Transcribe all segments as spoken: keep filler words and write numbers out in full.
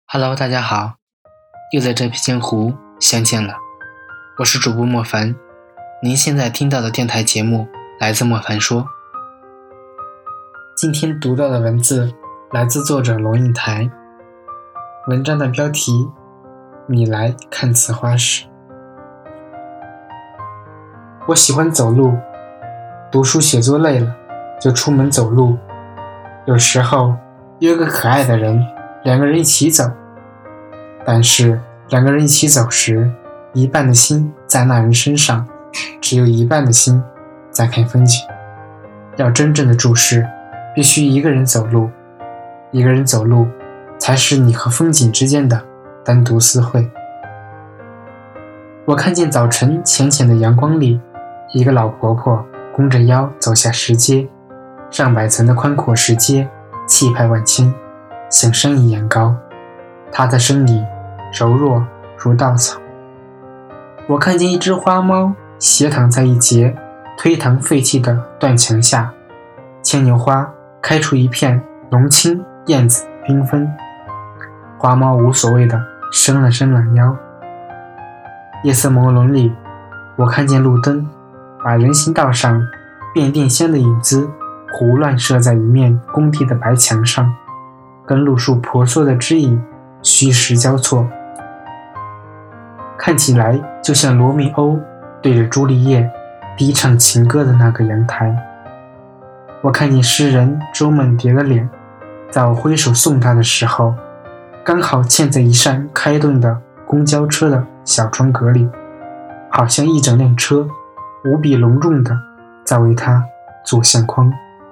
Hello， 大家好，又在这片江湖相见了。我是主播莫凡，您现在听到的电台节目来自莫凡说。今天读到的文字来自作者龙应台，文章的标题：你来看此花时。我喜欢走路，读书写作累了就出门走路，有时候约个可爱的人，两个人一起走，但是两个人一起走时，一半的心在那人身上，只有一半的心在看风景。要真正的注视，必须一个人走路，一个人走路才是你和风景之间的单独私会。我看见早晨浅浅的阳光里，一个老婆婆弓着腰走下石阶，上百层的宽阔石阶，气派万千，像山一样高，她的身影柔弱如稻草。我看见一只花猫斜躺在一截推堂废弃的断墙下，牵牛花开出一片浓青燕子缤纷，花猫无所谓的伸了伸懒腰。夜色朦胧里，我看见路灯把人行道上变电箱的影子胡乱射在一面工地的白墙上，跟路树婆娑的枝影虚实交错，看起来就像罗密欧对着朱丽叶低唱情歌的那个阳台。我看见诗人周梦蝶的脸，在我挥手送他的时候，刚好嵌在一扇开动的公交车的小窗格里，好像一整辆车无比隆重的在为他做相框。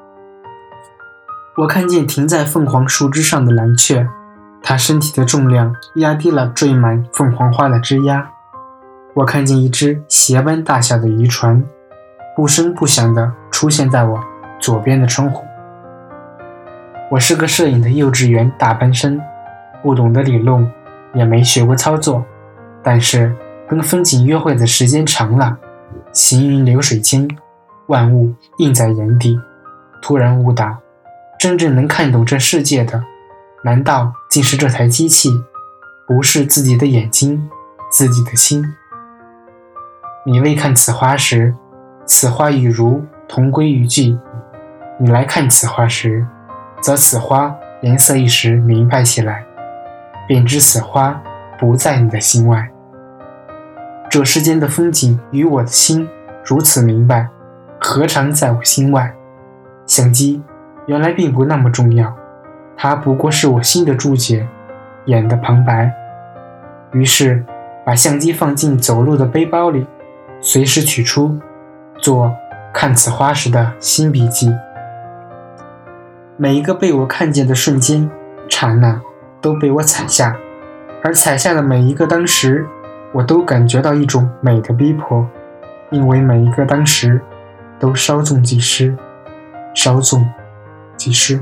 我看见停在凤凰树枝上的蓝雀，它身体的重量压低了缀满凤凰花的枝桠。我看见一只鞋般大小的渔船，不声不响地出现在我左边的窗户。我是个摄影的幼稚园大班生，不懂得理论，也没学过操作，但是跟风景约会的时间长了，行云流水间，万物映在眼底，突然悟到，真正能看懂这世界的，难道竟是这台机器，不是自己的眼睛，自己的心？你未看此花时，此花与如同归于尽；你来看此花时，则此花颜色一时明白起来，便知此花不在你的心外。这世间的风景与我的心如此明白，何尝在我心外？相机原来并不那么重要，它不过是我心的注解，眼的旁白。于是把相机放进走路的背包里，随时取出，做看此花时的新笔记。每一个被我看见的瞬间刹那都被我采下，而采下的每一个当时，我都感觉到一种美的逼迫，因为每一个当时都稍纵即逝，稍纵即逝。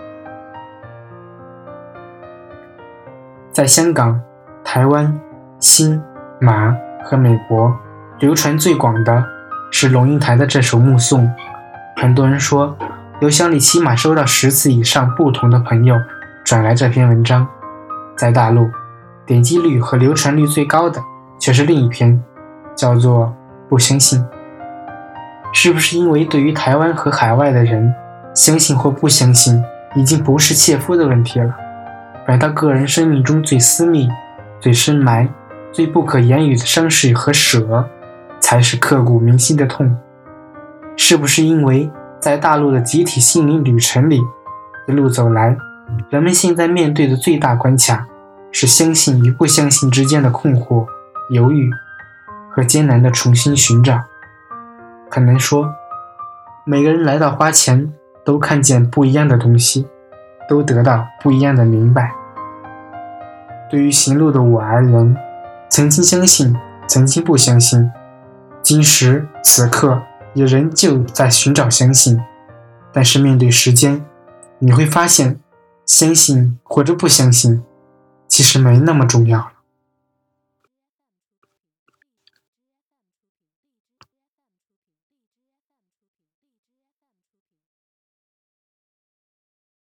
在香港、台湾、新、马和美国，流传最广的是龙应台的这首目送。很多人说，邮箱里起码收到十次以上不同的朋友转来这篇文章。在大陆，点击率和流传率最高的却是另一篇，叫做不相信。是不是因为对于台湾和海外的人，相信或不相信已经不是切肤的问题了，反倒个人生命中最私密、最深埋、最不可言语的伤势和舍，才是刻骨铭心的痛？是不是因为在大陆的集体心灵旅程里，一路走来，人们现在面对的最大关卡是相信与不相信之间的困惑、犹豫和艰难的重新寻找？很难说，每个人来到花前都看见不一样的东西，都得到不一样的明白。对于行路的我而言，曾经相信，曾经不相信，今时此刻也仍旧在寻找相信。但是面对时间，你会发现，相信或者不相信其实没那么重要。